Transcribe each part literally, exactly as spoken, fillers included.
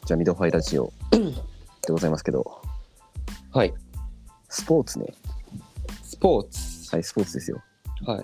じゃあミドファイラジオでございますけど、 はい。 スポーツね。 スポーツ。 はい、スポーツですよ。 はい。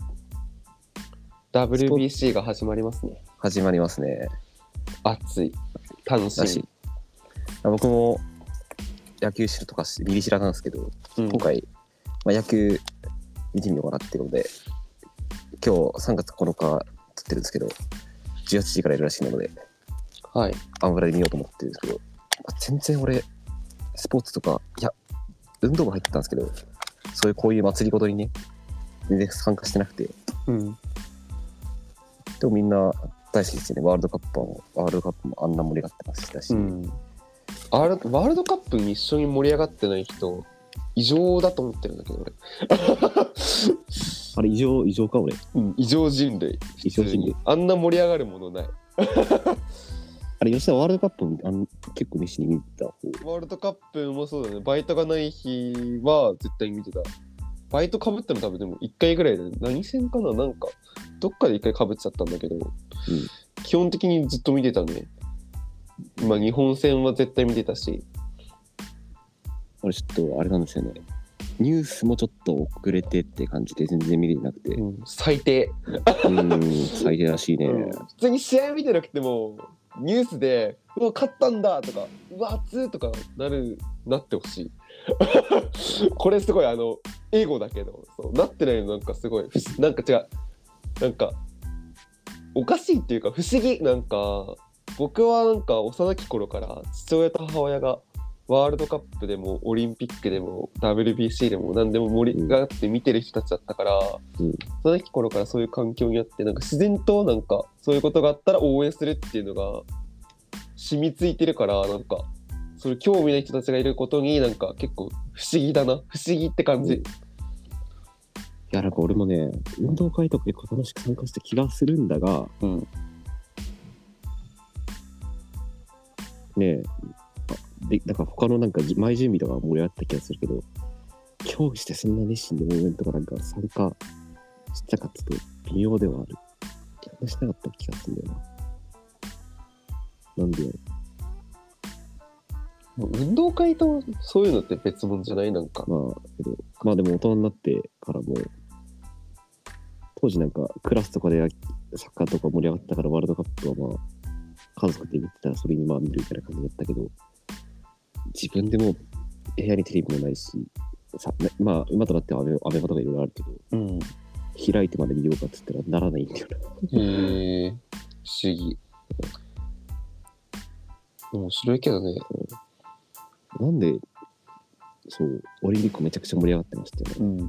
ダブリュービーシー が始まりますね。 始まりますね。 熱い。楽しだし、僕も野球知るとかミリ知らなんですけど、 み。うん、 今回、まあ、野球見てみようかなってことで、今日さんがつここのか撮ってるんですけど、じゅうはちじからやるらしいので、 はい。 アンブラで見ようと思ってるんですけど、まあ、全然俺、スポーツとか、いや、運動部入ってたんですけど、そういうこういう祭りごとにね、全然参加してなくて、 うん。 でもみんな大好きですよね。ワールドカップも、ワールドカップもあんな盛り上がってましたし、 うん、ワールワールドカップに一緒に盛り上がってない人、異常だと思ってるんだけど、俺。 あれ異常、異常か俺。 うん、異常人類。 異常人類。 あんな盛り上がるものない。 あれ吉田ワールドカップあん結構熱心に見てた方。 ワールドカップもそうだね。バイトがない日は絶対見てた。バイトかぶったの多分でもいっかいぐらいで、何戦かな、なんかどっかでいっかいかぶっちゃったんだけど、うん、基本的にずっと見てたね。まあ日本戦は絶対見てたし。 俺ちょっとあれなんですよね。ニュースもちょっと遅れてって感じで全然見れてなくて、 うん、最低。 うん最低らしいね、 うん、普通に試合見てなくてもニュースでうわ勝ったんだとかうわ熱ーとかなるなってほしい。これすごいあの英語だけどそうなってないのなんかすごいなんか違うなんかおかしいっていうか不思議。なんか僕はなんか幼き頃から父親と母親がワールドカップでもオリンピックでも ダブリュービーシー でも何でも盛り上がって見てる人たちだったから、うん、その頃からそういう環境にあってなんか自然となんかそういうことがあったら応援するっていうのが染みついてるから、なんかそれ興味ない人たちがいることになんか結構不思議だな、不思議って感じ、うん、いやなんか俺もね運動会とか結構楽しく参加した気がするんだが、うん、ねえでなんか他のなんか前準備とか盛り上がった気がするけど、競技してそんな熱心で応援とかなんか参加したかったと微妙ではある。話しなかった気がするんだよな。なんでやろもう運動会とそういうのって別物じゃないなんか。 まあけどまあでも大人になってからも当時なんかクラスとかでサッカーとか盛り上がったからワールドカップはまあ家族で見てたらそれにまあ見るみたいな感じだったけど。自分でも部屋にテレビもないしさ、まあ今となってはアベマとかいろいろあるけど、うん、開いてまで見ようかっつったらならないんだよな。 へえ、不思議。面白いけどね。 なんでそうオリンピックめちゃくちゃ盛り上がってましたよね。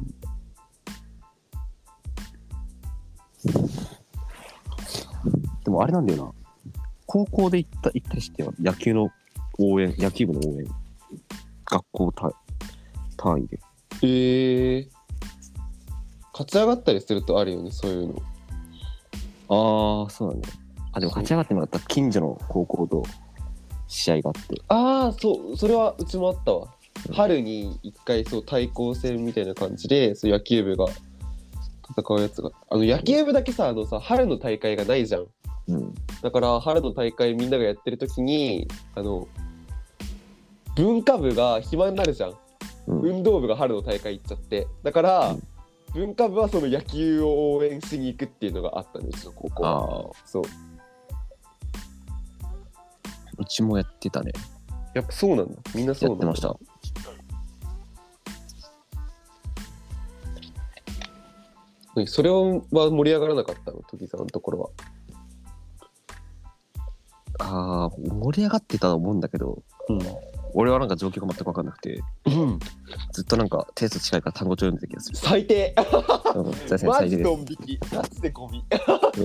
うん、でもあれなんだよな。高校で行った行ったりしては野球の応援、野球部の応援、学校単位で。 えー、勝ち上がったりするとあるよね、そういうの。 ああ、そうなんだ。あ、でも勝ち上がってもらった近所の高校と試合があって。 ああ、そう、それはうちもあったわ。うん、春に一回そう対抗戦みたいな感じで、そう野球部が戦うやつが。あの野球部だけさ、あのさ、春の大会がないじゃん。うん、だから春の大会みんながやってる時にあの文化部が暇になるじゃん、うん、運動部が春の大会行っちゃって、だから、うん、文化部はその野球を応援しに行くっていうのがあったんですよ、高校は。そう、 うちもやってたね。 やっぱそうなんだ、みんなそうなんだ。 やってました。 それは盛り上がらなかったの、時さんのところは。 ああ、盛り上がってたと思うんだけど、うん、俺はなんか状況が全く分かんなくて、うん、ずっとなんかテスト近いから単語帳読んでた気がする。 最低。 うん、 マジドン引き、マジでゴミ。うん、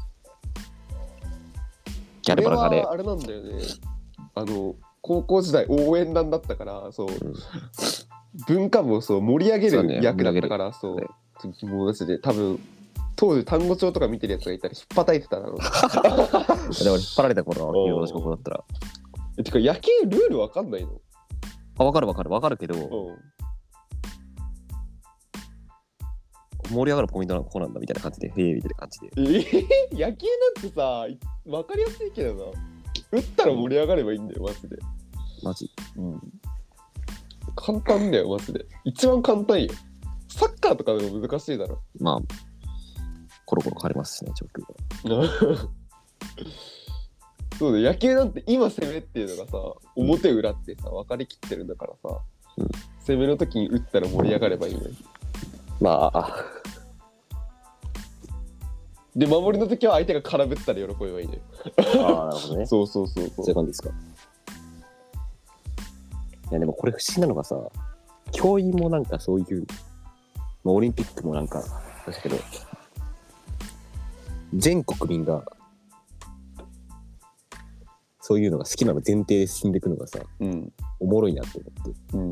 ギャルバラガレ。 あれなんだよね。あの高校時代応援団だったからそう、うん、文化部をそう盛り上げる役だったから、そう、ね、そう、もうマジで多分。当時単語帳とか見てるやつがいたら引っ叩いてたな。でも引っ張られた頃は同じ高校だったら。 え、てか野球ルールわかんないの？ あ、わかるわかるわかるけど、盛り上がるポイントはここなんだみたいな感じで、へえみたいな感じで。 えー、野球なんてさ、わかりやすいけどな。 打ったら盛り上がればいいんだよマジで。 マジ。 うん。簡単だよマジで。一番簡単よ。サッカーとかでも難しいだろ。 まあコロコロ変わりますしね、状況が。 そうだ、野球なんて今攻めっていうのがさ、表裏ってさ分かりきってるんだからさ、うん、攻めの時に打ったら盛り上がればいいのに。 まあで守りの時は相手が空振ったら喜べばいいのよ。 ああ、なるほどね。 そうそうそうそう。 そういう感じですか。いやでもこれ不思議なのがさ、教員もなんかそういう、まあ、オリンピックもなんかだけど、全国民がそういうのが好きなの前提で進んでいくのがさ、うん、おもろいなって思って、うん、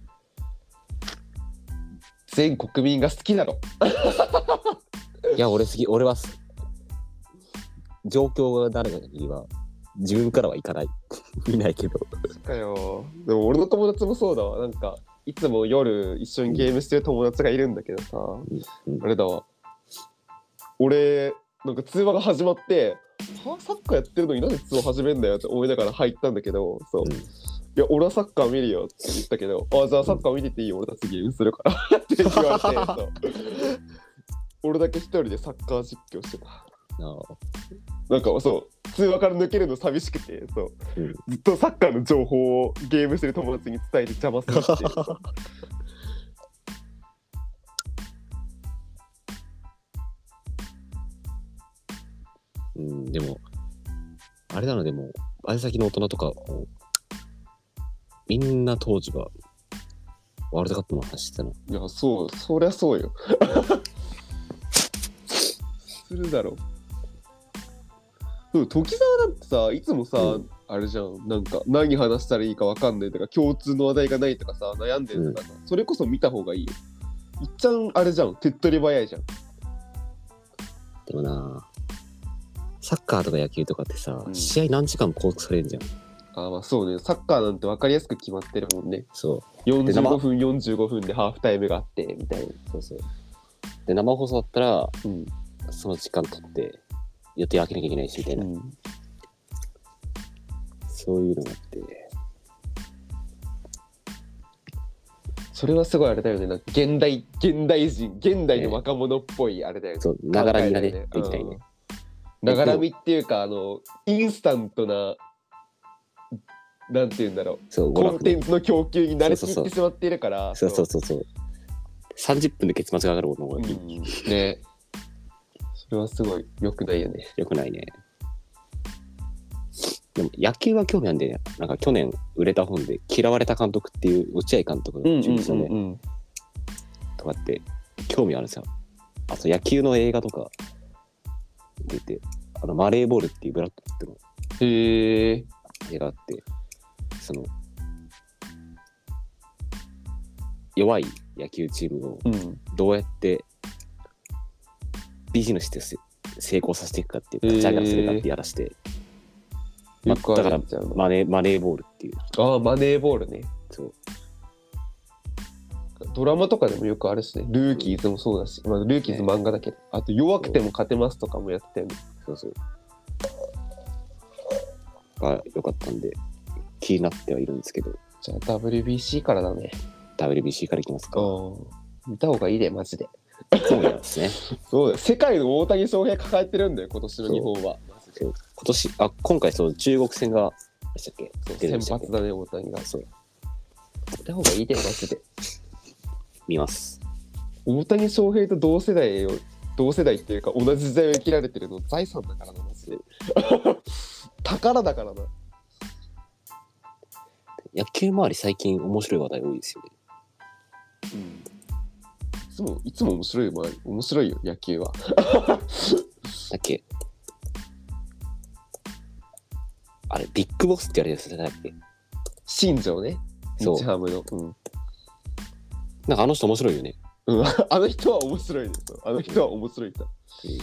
全国民が好きだろ。 いや俺好き、俺は状況が誰かには自分からはいかない見ないけど。 そっかよ。でも俺の友達もそうだわ。なんかいつも夜一緒にゲームしてる友達がいるんだけどさ、うんうん、あれだわ、俺なんか通話が始まってはサッカーやってるのになんで通話始めんだよって思いながら入ったんだけど、そう、うん、いや俺はサッカー見るよって言ったけど、あじゃあサッカー見てていいよ、俺たちゲームするからって言われてそう俺だけ一人でサッカー実況してた。なんかそう通話から抜けるの寂しくて、そう、うん、ずっとサッカーの情報をゲームしてる友達に伝えて邪魔するっていううん、でもあれなのでもあれ先の大人とかみんな当時はワールドカップの話してたの。 いやそうそりゃそうよするだろう。時澤だってさいつもさ、うん、あれじゃん、なんか何話したらいいか分かんないとか共通の話題がないとかさ悩んでるとかさ、うん、それこそ見た方がいいよ。いっちゃんあれじゃん、手っ取り早いじゃん。 でもなサッカーとか野球とかってさ、うん、試合何時間も拘束されるじゃん。 あまあそうね、サッカーなんて分かりやすく決まってるもんね。 そうよんじゅうごふんよんじゅうごふんでハーフタイムがあってみたいな。 そうそう。で生放送だったら、うん、その時間取って予定開けなきゃいけないしみたいな、うん、そういうのがあって、 それはすごいあれだよね。なんか現代現代人現代の若者っぽいあれだよね。 そうながらみがねできたいね。 ながらみっていうかあのインスタントななんていうんだろう、そうコンテンツの供給に慣れきってしまっているから、 そうそうそうそうさんじゅっぷんで結末が上がるものがいい、うん、 ね。それはすごい良くないよね。 良くないね。でも野球は興味あるんで、ね、なんか去年売れた本で嫌われた監督っていう落合監督の中日のね、うんうんうんうん、とかって興味あるんですよ。あと野球の映画とか出て、あのマレーボールっていうブラッドってのへー映画あって、その弱い野球チームをどうやってビジネスで成功させていくかっていう、勝ち上げらせるかってやらして、まあ、だからマネー、マネーボールっていう。 ああマネーボールね。 そう。 ドラマとかでもよくあるしね。ルーキーズもそうだし、まあ、ルーキーズ漫画だけど、あと弱くても勝てますとかもやってる、ね、 そうそう。が良かったんで気になってはいるんですけど。 じゃあ ダブリュービーシー からだね。 ダブリュービーシー からいきますか。 見た方がいいでマジで。 そうなんですね。 そうだ、世界の大谷翔平抱えてるんだよ今年の日本は。 そう今年あ今回そう中国戦がでしたっけ。 そう先発だね大谷が。そう見た方がいいでマジで。 見ます。 大谷翔平と同世代を同世代っていうか同じ時代を生きられてるの財産だからなマジで。宝だからな。 野球周り最近面白い話題多いですよね。 うん。いつもいつも面白い周り面白いよ野球は。 だっけ。あれビッグボスって言われるやつじゃないっけ。 新庄ね。日ハムの。うん。 なんかあの人面白いよね。 うん。あの人は面白いですよ。あの人は面白い人。うん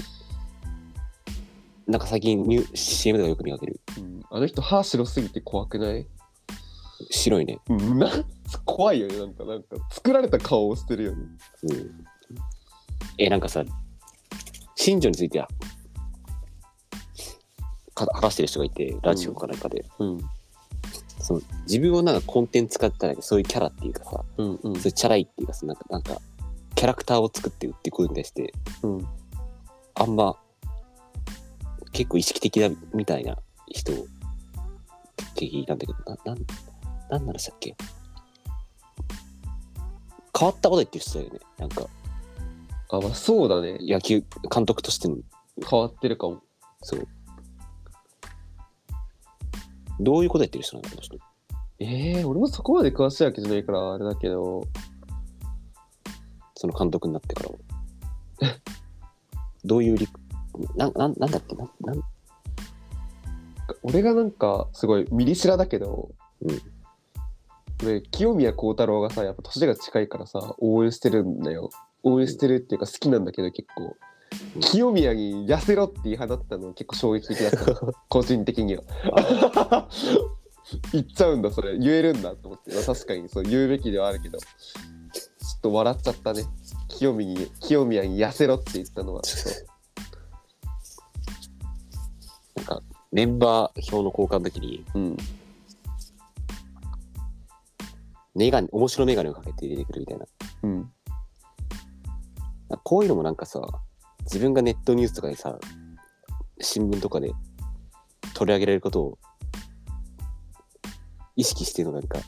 なんか最近ニュ シーエム とかよく見かける、 うん、あの人歯白すぎて怖くない？ 白いね、 うん、な怖いよね。なんかなんか作られた顔をしてるよね、うん、 えなんかさ新庄についてはか話してる人がいて、ラジオかなんかで、 うんその自分をなんかコンテンツ使ったらそういうキャラっていうかさ、 うんうんそういうチャラいっていうかさ、なんかなんかキャラクターを作って売っていくことに対してうんあんま結構意識的だみたいな人って聞いたんだけど、ななんなんなんでしたっけ？変わったこと言ってる人だよね。なんかあ、まあそうだね。 野球監督としての変わってるかも。 そう。どういうこと言ってる人なのこの人。 ええー、俺もそこまで詳しいわけじゃないからあれだけど、 その監督になってからはどういう理なななんだっけななん俺がなんかすごいミリシラだけど、 うん俺清宮幸太郎がさやっぱ年が近いからさ応援してるんだよ。応援してるっていうか好きなんだけど結構、うん、清宮に痩せろって言い放ったの結構衝撃的だった個人的には言っちゃうんだそれ言えるんだと思って、まあ、確かにそう言うべきではあるけどちょっと笑っちゃったね。清宮に清宮に痩せろって言ったのはなんかメンバー表の交換の時に、 うん、 メガネ面白メガネをかけて入れてくるみたいな、 うん、 こういうのもなんかさ自分がネットニュースとかでさ新聞とかで取り上げられることを意識してるのなんか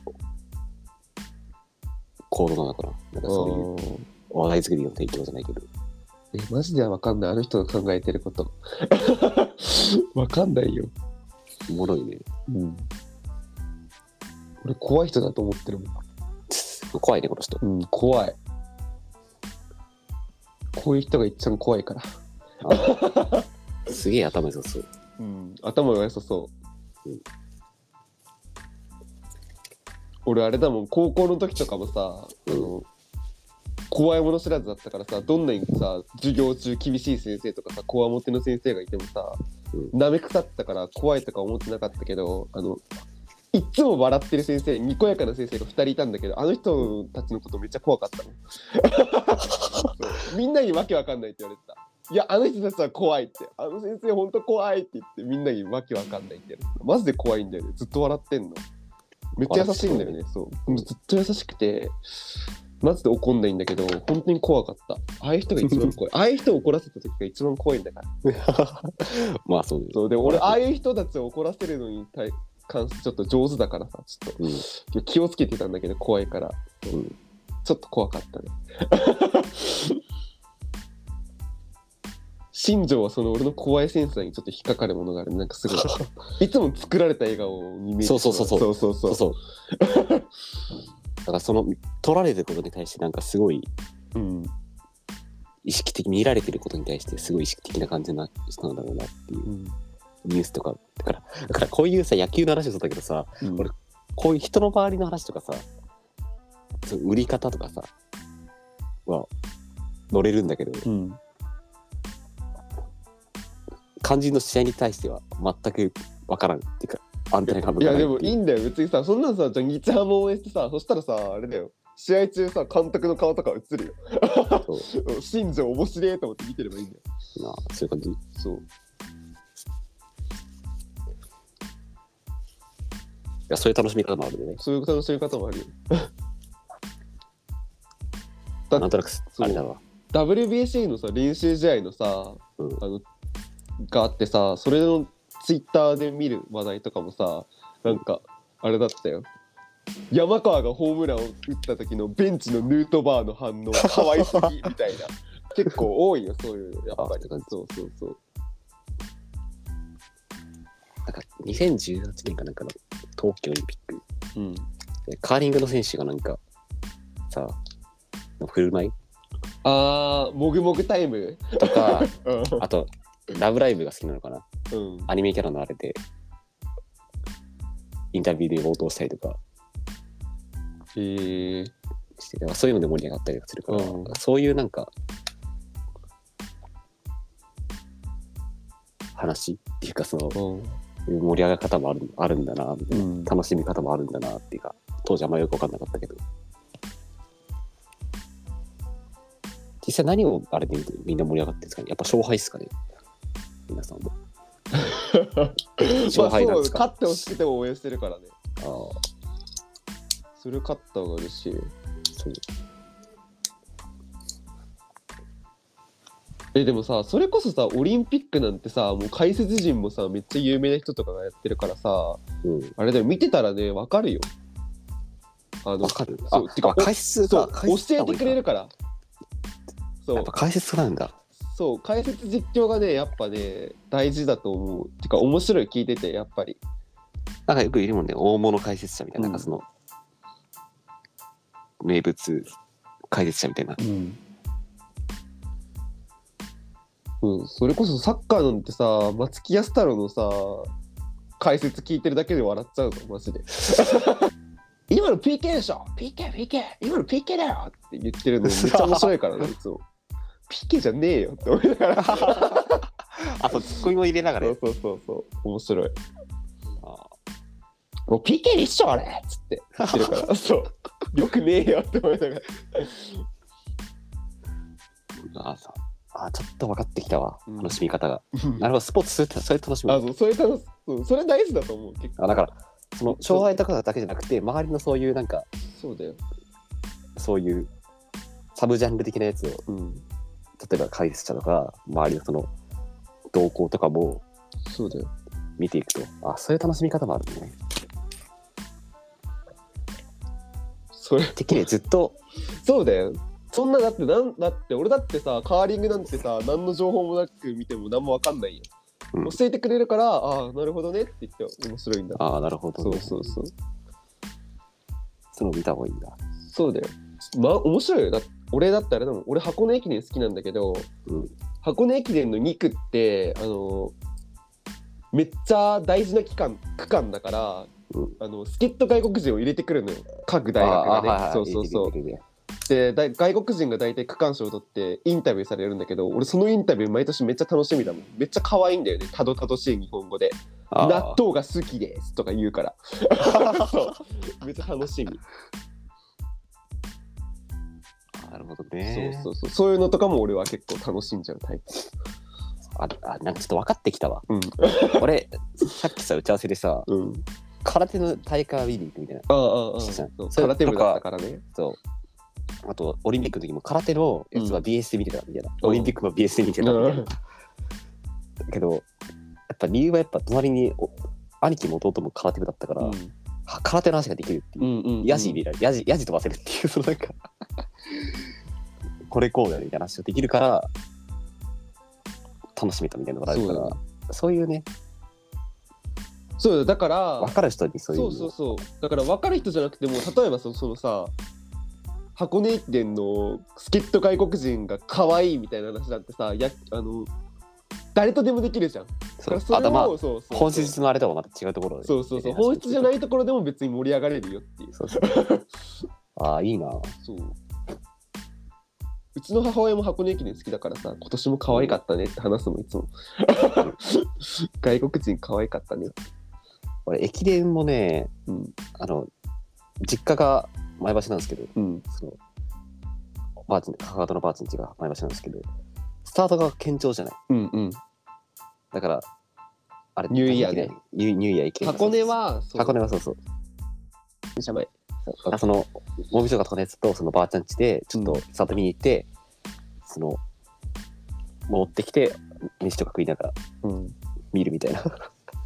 行動なのかな。なんかそういう話題作りの提供じゃないけど。 え、マジでは分かんない。あの人が考えてること。分かんないよ。 おもろいね。 うん。俺怖い人だと思ってるもん。 怖いねこの人。 うん、怖い。こういう人が一番怖いから。 すげえ頭良さそう。 うん、頭が良さそう。うん、俺あれだもん、高校の時とかもさ、うん、あの怖いもの知らずだったからさ、どんなにさ授業中厳しい先生とかさこわもての先生がいてもさ、うん、舐め腐ってたから怖いとか思ってなかったけど、あのいっつも笑ってる先生、にこやかな先生がふたりいたんだけど、あの人たちのことめっちゃ怖かったのみんなにわけわかんないって言われてた。いや、あの人たちは怖いって、あの先生ほんと怖いって言ってみんなにわけわかんないって言われてた。マジで怖いんだよね。ずっと笑ってんの。めっちゃ優しいんだよね。そう、ずっと優しくてマジで怒んないんだけど本当に怖かった。ああいう人が一番怖いああいう人を怒らせた時が一番怖いんだからまあそうです。 そうで俺ああいう人たちを怒らせるのに対関してちょっと上手だからさ、ちょっと、うん、気をつけてたんだけど怖いから、うん、ちょっと怖かったね新庄はその俺の怖いセンサーにちょっと引っかかるものがある。なんかすごいいつも作られた笑顔に見える。 そうそうそうそうそうそうそうそうだからその取られてることに対してなんかすごい、うん、意識的見られてることに対してすごい意識的な感じな人なんだろうなっていう、うん、ニュースとかだからだからこういうさ野球の話もそうだけどさ、うん、俺こういう人の周りの話とかさ売り方とかさは乗れるんだけど、うん、肝心の試合に対しては全く分からんっていうかアンテナが向かない。 いやでもいいんだよ別にさ、そんなんさじゃあ日ハム応援してさ、そしたらさあれだよ、試合中さ監督の顔とか映るよそう新庄面白いと思って見てればいいんだよなあ。そういう感じ。 そういやそういう楽しみ方もあるよね。 そういう楽しみ方もあるよなんとなくあれだわダブリュービーシー のさ練習試合のさ、うん、あのがあってさ、それのツイッターで見る話題とかもさ、なんかあれだったよ。山川がホームランを打った時のベンチのヌートバーの反応可愛すぎみたいな結構多いよそういうのやっぱり。そうそうそう。 なんかにせんじゅうはちねんかなんかの冬季オリンピック、うん、カーリングの選手がなんかさの振る舞いあーもぐもぐタイムとかあとラブライブが好きなのかな、 うん、 アニメキャラのあれでインタビューで応答したりとかへーして、そういうので盛り上がったりするから、うん、そういうなんか話っていうかその、うん、盛り上がり方もある、あるんだなみたいな、うん、楽しみ方もあるんだなっていうか当時あんまりよく分かんなかったけど、実際何をあれでみんな盛り上がってるんですかね。やっぱ勝敗っすかね皆さんも勝敗なんですか。 まあ、そう勝ってほしくても応援してるからね。 ああ、 それ勝った方が嬉しい。 そう。 えでもさ、それこそさ、オリンピックなんてさ、もう解説陣もさめっちゃ有名な人とかがやってるからさ、 うん、 あれだよ、見てたらね分かるよ。あのわかる。 そうてかあ、解説そうが解説教えてくれるから。そうやっぱ解説なんだ。 そう解説実況がねやっぱね大事だと思う。てか面白い、聞いててやっぱり。 なんかよくいるもんね、大物解説者みたいな、 うん、 なんかその名物解説者みたいな。 うんうん、それこそサッカーなんてさ、松木安太郎のさ解説聞いてるだけで笑っちゃうぞマジで。今の ピーケー でしょ ピーケー、ピーケー、 今の ピーケー だよって言ってるのめっちゃ面白いからねいつも。ピーケー じゃねえよって思いながら。 あとツッコミも入れながら。 そうそうそうそう面白い。あもう ピーケー で一緒あれっつって言ってるからそうよくねえよって思いながら。 あさあ、ちょっと分かってきたわ、うん、楽しみ方が。 うん、 なるほど、スポーツするってそういう楽しみ。 あそうそういう楽しそうそれ大事だと思う結構。 あだからその障害とかだけじゃなくて周りのそういうなんかそうだよそういうサブジャンル的なやつを、 うん、 例えば解説者とか周りのその動向とかもそうだよ見ていくと、あそういう楽しみ方もあるね。 それてっきりずっとそうだよ。そんなだってなんだって俺だってさカーリングなんてさ何の情報もなく見ても何も分かんないよ、うん、教えてくれるからああなるほどねって言って面白いんだ。 ああなるほど、ね、 そうそうそうその見た方がいいんだ。 そうだよ。まあ面白いよ。だ俺だったらでも俺箱根駅伝好きなんだけど、うん、箱根駅伝のに区ってあのめっちゃ大事な期間区間だから、うん、あの助っ人外国人を入れてくるのよ各大学がね。はいはい、そうそうそう。で外国人が大体区間賞を取ってインタビューされるんだけど、俺そのインタビュー毎年めっちゃ楽しみだもん。めっちゃ可愛いんだよね、たどたどしい日本語で納豆が好きですとか言うからそうめっちゃ楽しみ。 なるほどね。 そうそうそうそういうのとかも俺は結構楽しんじゃうタイプ。 ああなんかちょっと分かってきたわ、 うん、 俺さっきさ打ち合わせでさ、うん、空手の大会見に行くみたいな。 ああああ空手部だったからね。 そうあとオリンピックの時も空手のやつは ビーエス で見てたみたいな、うん、オリンピックも ビーエス で見てたみたいな、うん、だけどやっぱ理由はやっぱ隣に兄貴も弟も空手部だったから、うん、空手の話ができるっていう、うんうんうん、ヤジ入れられる、ヤジヤジ飛ばせるっていうそのなんかこれこうだよみたいな話ができるから楽しめたみたいなのがあるから、そう、そういうね。 そうだから分かる人にそういうそうそうそうだから分かる人じゃなくても例えばその、そのさ箱根駅伝の助っ人外国人が可愛いみたいな話だってさやあの誰とでもできるじゃん。 そうそれもそうそう本質のあれとはまた違うところで、 そうそうそう本質じゃないところでも別に盛り上がれるよっていう。 そうそうああいいな。 そううちの母親も箱根駅伝好きだからさ今年も可愛かったねって話すもんいつも外国人可愛かったね。 俺駅伝もね、うん、あの実家が前橋なんですけど、うん、そのバーチン母方のバーチン家が前橋なんですけどスタートが堅調じゃない、 うんうん、 だからあれニューイヤーねニューイヤー駅伝箱根はそう箱根はそうそう電車前そ, その大晦日とかのやつとそのばあちゃん家でちょっとスタート見に行って、うん、その戻ってきて飯とか食いながら見るみたいな、うん、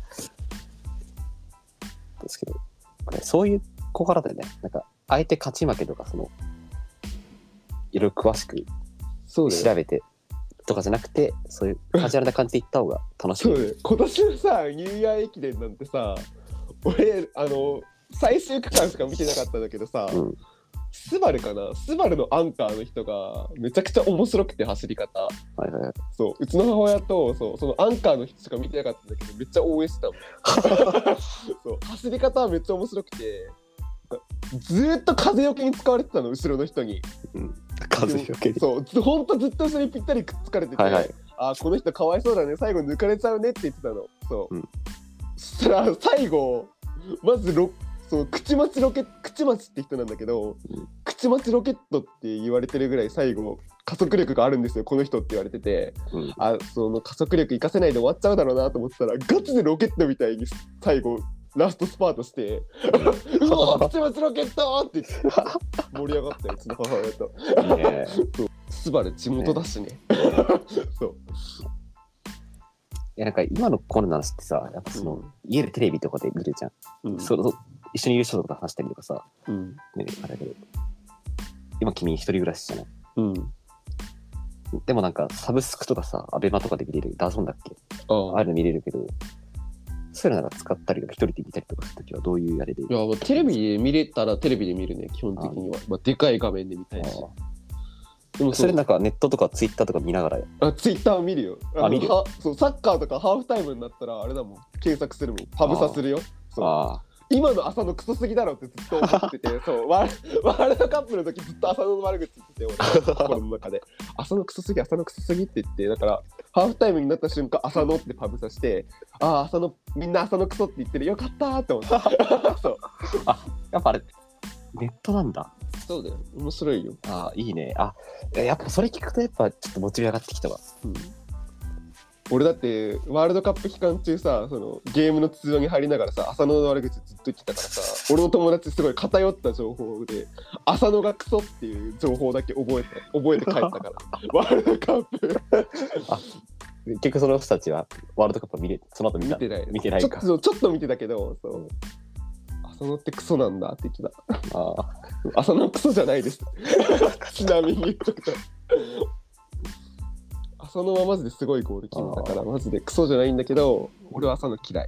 ですけどこれそういう子からだよね。なんか相手勝ち負けとかそのいろいろ詳しく調べてとかじゃなくてそういうカジュアルな感じで行った方が楽しい。 そう今年のさニューイヤー駅伝なんてさ俺あの最終区間しか見てなかったんだけどさ、うん、スバルかなスバルのアンカーの人がめちゃくちゃ面白くて走り方、 はいはい、 そううちの母親とそうそのアンカーの人しか見てなかったんだけどめっちゃ応援してたもんそう走り方はめっちゃ面白くてずーっと風よけに使われてたの後ろの人に、うん、 風よけにそうほんとずっと後ろにぴったりくっつかれてて、はいはい、あこの人かわいそうだね最後抜かれちゃうねって言ってたの。そう、うん、そしたら最後まずロそう口町ロケ口町って人なんだけど、うん、口町ロケットって言われてるぐらい最後加速力があるんですよこの人って言われてて、 うん、 あその加速力活かせないで終わっちゃうだろうなと思ったらガチでロケットみたいに最後ラストスパートしてうわ口松ロケットって言って盛り上がったようちの母親と。いいね。スバル地元だしね。そういやなんか今のコロナってさやっぱその、うん、家でテレビとかで見るじゃん、うん、そそ一緒にいる人とか話したりとかさ、うんね、あれだけど今君一人暮らしじゃない、うん、でもなんかサブスクとかさアベマとかで見れるダゾーンだっけ あ, ああいうの見れるけどそういうのなんか使ったりとか一人で見たりとかするときはどういうあれでいやテレビで見れたらテレビで見るね基本的にはまあ、でかい画面で見たいしでもそれなんかネットとかツイッターとか見ながらあツイッター見るよああ見るよそうサッカーとかハーフタイムになったらあれだもん検索するもんパブサするよそうあ今の朝のクソすぎだろってずっと思っててそうワー、ワールドカップの時ずっと朝の悪口言ってて俺心の中で朝のクソすぎ朝のクソすぎって言ってだからハーフタイムになった瞬間朝のってパブサしてああ朝のみんな朝のクソって言ってるよかったーって思ったそうあやっぱあれネットなんだそうだよ面白いよあいいねあやっぱそれ聞くとやっぱちょっとモチベ上がってきたわ、うん、 俺だってワールドカップ期間中さそのゲームの通話に入りながらさ浅野の悪口ずっと言ってたからさ俺の友達すごい偏った情報で浅野がクソっていう情報だけ覚えて覚えて帰ったからワールドカップあ結局その人たちはワールドカップ見れその後見た見てない見てないかちょっとちょっと見てたけどそう浅野ってクソなんだって言ってたあ浅野クソじゃないですちなみに言っとくと浅野はマジですごいゴール決めたからマジでクソじゃないんだけど俺は浅野嫌い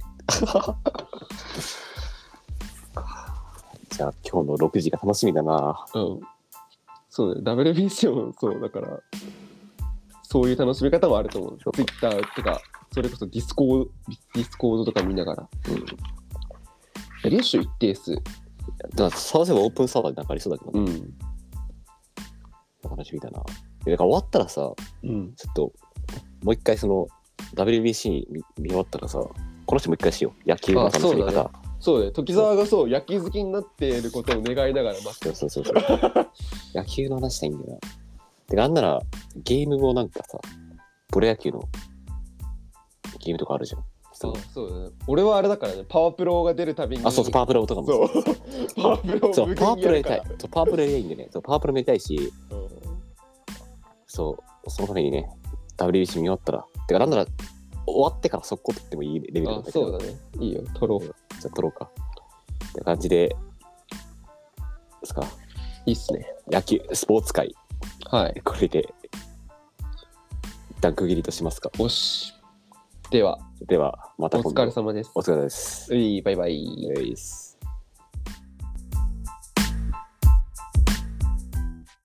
じゃあ今日のろくじが楽しみだなうんそうだよ ダブリュービーシー もそうだからそういう楽しみ方もあると思う Twitter とかそれこそディスコードディスコードとか見ながらうんやりやすい一定数。 だから探せばオープンサーバーでなんかありそうだけど、ね、うん。楽しみだな。だから終わったらさ、うん、ちょっともう一回その ダブリュービーシー 見, 見終わったらさ、この人もう一回しよう。野球の楽しみ方。 そうだね。時澤がそう野球好きになっていることを願いながら待って。 そうそうそうそう。野球の話したいんだよな。てかなんならゲームもなんかさ、プロ野球のゲームとかあるじゃん。 そうそうだね。俺はあれだからね、パワープロが出るたびに。 あ、そうそう、パワープロとかもそう。 パワープロそう、パワープロやりたい。そう、パワープロやりたいんでね。そう、パワープロやりたいし、うん、そう、そのためにね、ダブリュービーシー 見終わったら、てかなんなら終わってから速攻取ってもいいレベルなんだけど。 あ、そうだね。いいよ、取ろう。 じゃあ取ろうか。って感じで、ですか。 いいっすね。 野球、スポーツ界。 はい。 これで、一旦区切りとしますか。 よし。では、 ではまたお疲れ様です。 お疲れ様です。 はい、バイバイ。 バイバイです。